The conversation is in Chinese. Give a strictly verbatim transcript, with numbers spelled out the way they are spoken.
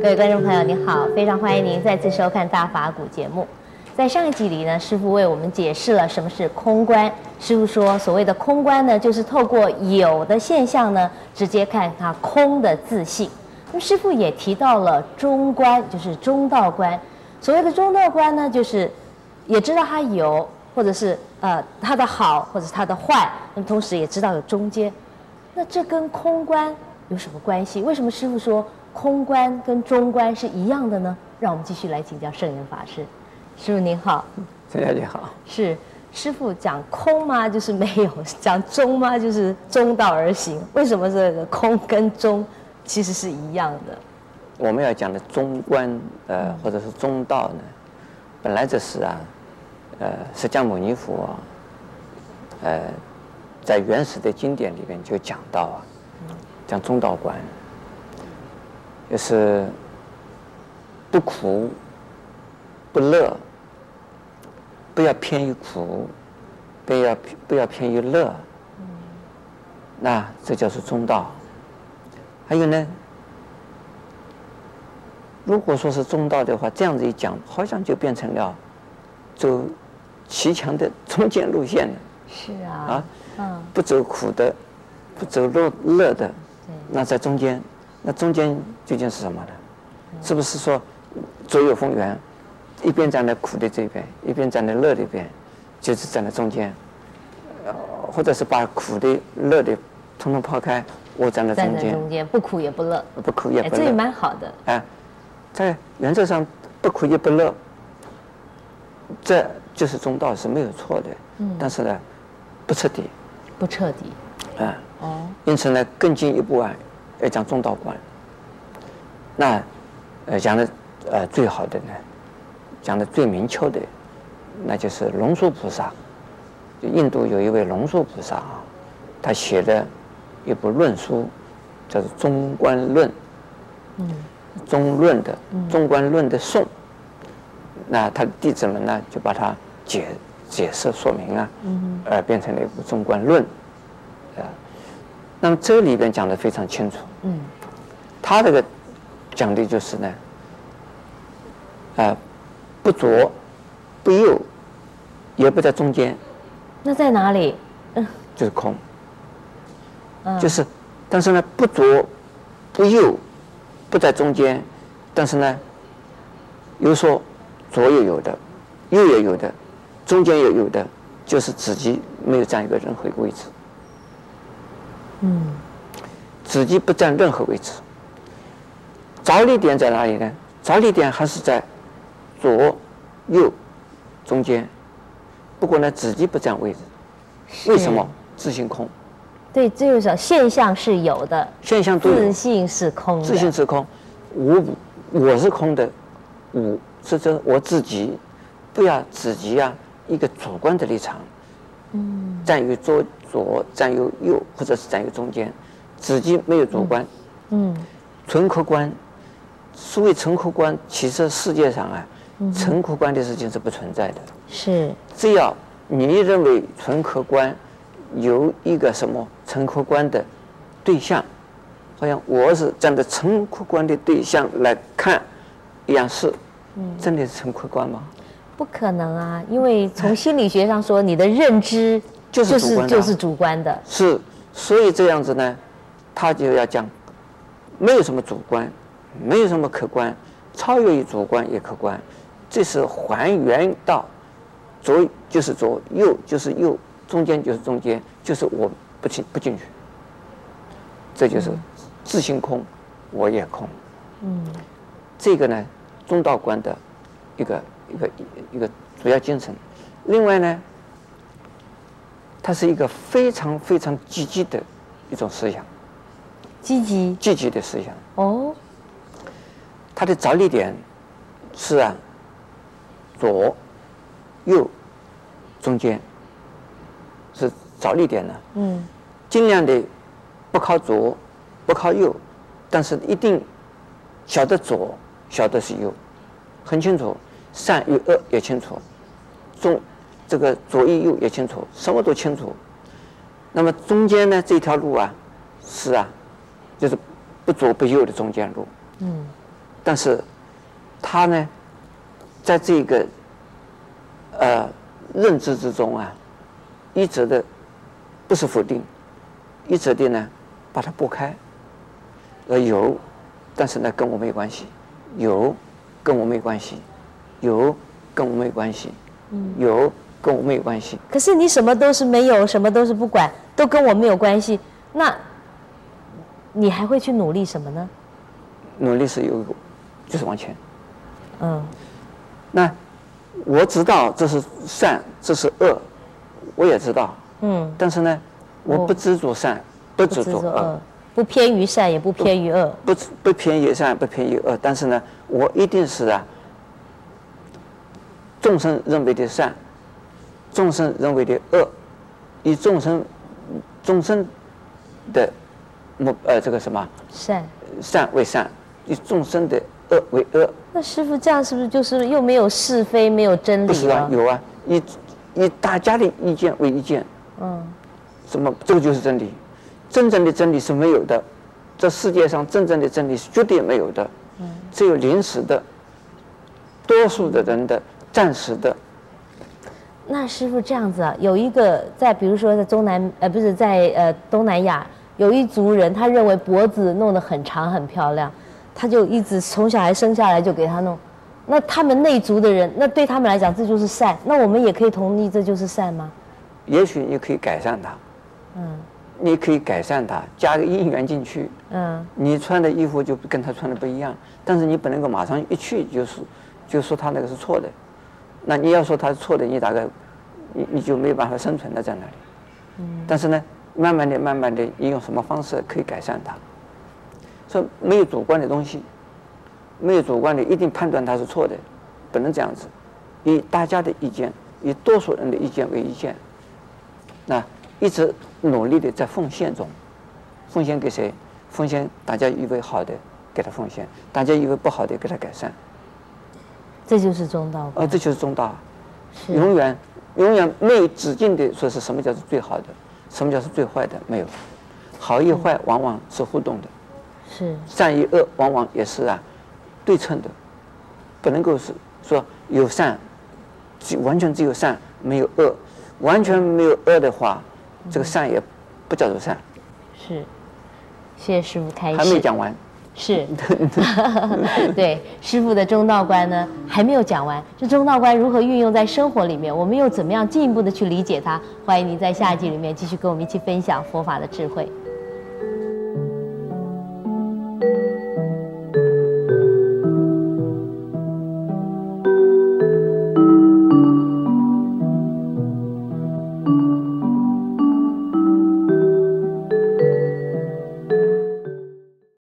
各位观众朋友，您好，非常欢迎您再次收看《大法古》节目。在上一集里呢，师父为我们解释了什么是空观。师父说，所谓的空观呢，就是透过有的现象呢，直接看它空的自性。那么师父也提到了中观，就是中道观。所谓的中道观呢，就是也知道它有，或者是呃它的好，或者是它的坏，那么同时也知道有中间。那这跟空观有什么关系？为什么师父说空观跟中观是一样的呢？让我们继续来请教圣严法师。师父您好。 陈小姐好。 是师父讲空吗？就是没有；讲中吗？就是中道而行。为什么这个空跟中其实是一样的？ 我们要讲的中观，呃，或者是中道呢，本来这是啊，呃，释迦牟尼佛，呃，在原始的经典里面就讲到啊，讲中道观，就是不苦不乐，不要偏于苦，不要不要偏于乐，那这叫做中道。还有呢，如果说是中道的话，这样子一讲，好像就变成了走骑墙的中间路线了。 是啊， 啊， 嗯， 不走苦的，不走乐乐的，那在中间，那中间究竟是什么呢？是不是说左右逢源，一边站在苦的这边，一边站在乐的边，就是站在中间，呃，或者是把苦的、乐的统统抛开，我站在中间， 站在中间，不苦也不乐， 不苦也不乐， 这也蛮好的。 哎，在原则上不苦也不乐，这就是中道是没有错的。嗯，但是呢，不彻底， 不彻底。 啊， 哦， 因此呢，更进一步啊，要讲中道观。那，呃，讲的呃最好的呢，讲的最明确的，那就是龙树菩萨。就印度有一位龙树菩萨啊，他写的一部论书，叫做《中观论》。嗯，中论的《中观论》的颂。那他的弟子们呢，就把它解解释说明啊，嗯，而变成了一部《中观论》。啊，那么这里边讲的非常清楚。嗯，他这个讲的就是呢，啊，不左不右，也不在中间。 那在哪里？嗯， 就是空。嗯，就是，但是呢，不左不右，不在中间，但是呢，有说左也有的，右也有的，中间也有的，就是自己没有占一个任何一个位置。嗯，自己不占任何位置。着力点在哪里呢？着力点还是在左、右、中间。不过呢，自己不占位置。为什么？自性空。 对，这就是现象是有的， 现象都有， 自性是空的。 自性是空，我我是空的，我是这我自己，不要自己啊一个主观的立场，嗯，占于左左，占于右，或者是占于中间，自己没有主观，嗯，纯客观。所谓纯客观，其实世界上啊，纯客观的事情是不存在的。 是， 只要你认为纯客观有一个什么纯客观的对象，好像我是站在纯客观的对象来看一样事，嗯，真的是纯客观吗？ 不可能啊，因为从心理学上说，你的认知就是主观的， 就是主观的。 是，所以这样子呢，他就要讲，没有什么主观，没有什么客观，超越于主观也客观，这是还原到左就是左，右就是右，中间就是中间，就是我不进不进去，这就是自性空，我也空。嗯，这个呢，中道观的一个一个一个主要精神。另外呢，它是一个非常非常积极的一种思想。 积极积极的思想哦， 它的着力点是啊，左、右、中间是着力点呢。嗯，尽量的不靠左，不靠右，但是一定晓得左，晓得是右，很清楚，善与恶也清楚，中这个左与右也清楚，什么都清楚。那么中间呢，这条路啊，是啊。就是不左不右的中间路，嗯， 但是他呢，在这个呃认知之中啊，一直的不是否定，一直的呢把它拨开。呃有，但是呢跟我没关系，有跟我没关系，有跟我没关系，嗯，有跟我没有关系。 可是你什么都是没有，什么都是不管，都跟我没有关系，那你还会去努力什么呢？ 努力是有，就是往前。 嗯， 那我知道这是善，这是恶，我也知道。嗯，但是呢，我不执着善，不执着恶， 不偏于善，也不偏于恶。 不不偏于善，不偏于恶。但是呢，我一定是啊，众生认为的善，众生认为的恶，以众生众生的目呃这个什么善善为善，以众生的恶为恶。 那师父这样是不是就是又没有是非，没有真理了？ 不是啊，有啊，以以大家的意见为意见。嗯，什么？这个就是真理。真正的真理是没有的，这世界上真正的真理是绝对没有的。嗯，只有临时的、多数的人的、暂时的。 那师父这样子啊，有一个在比如说在中南呃不是在呃东南亚有一族人，他认为脖子弄得很长很漂亮，他就一直从小孩生下来就给他弄。那他们内族的人，那对他们来讲这就是善，那我们也可以同意这就是善吗？ 也许你可以改善它。嗯。你可以改善它，加个因缘进去。嗯，你穿的衣服就跟他穿的不一样，但是你不能够马上一去就是就说他那个是错的。那你要说他是错的，你大概你你就没有办法生存的在那里。嗯，但是呢，慢慢的、慢慢的，你用什么方式可以改善它？说没有主观的东西，没有主观的一定判断它是错的，不能这样子。以大家的意见，以多数人的意见为意见，那一直努力的在奉献中，奉献给谁？奉献大家以为好的给他奉献，大家以为不好的给他改善。 这就是中道。 呃，这就是中道。永远永远没有止境的说是什么叫做最好的，什么叫是最坏的，没有。好与坏往往是互动的， 是善与恶往往也是啊对称的，不能够是说有善，只完全只有善没有恶，完全没有恶的话。这个善也不叫做善。 是，谢谢师父开示。 还没讲完。 是，对，师父的中道观呢还没有讲完。这中道观如何运用在生活里面？我们又怎么样进一步的去理解它？欢迎您在下一集里面继续跟我们一起分享佛法的智慧。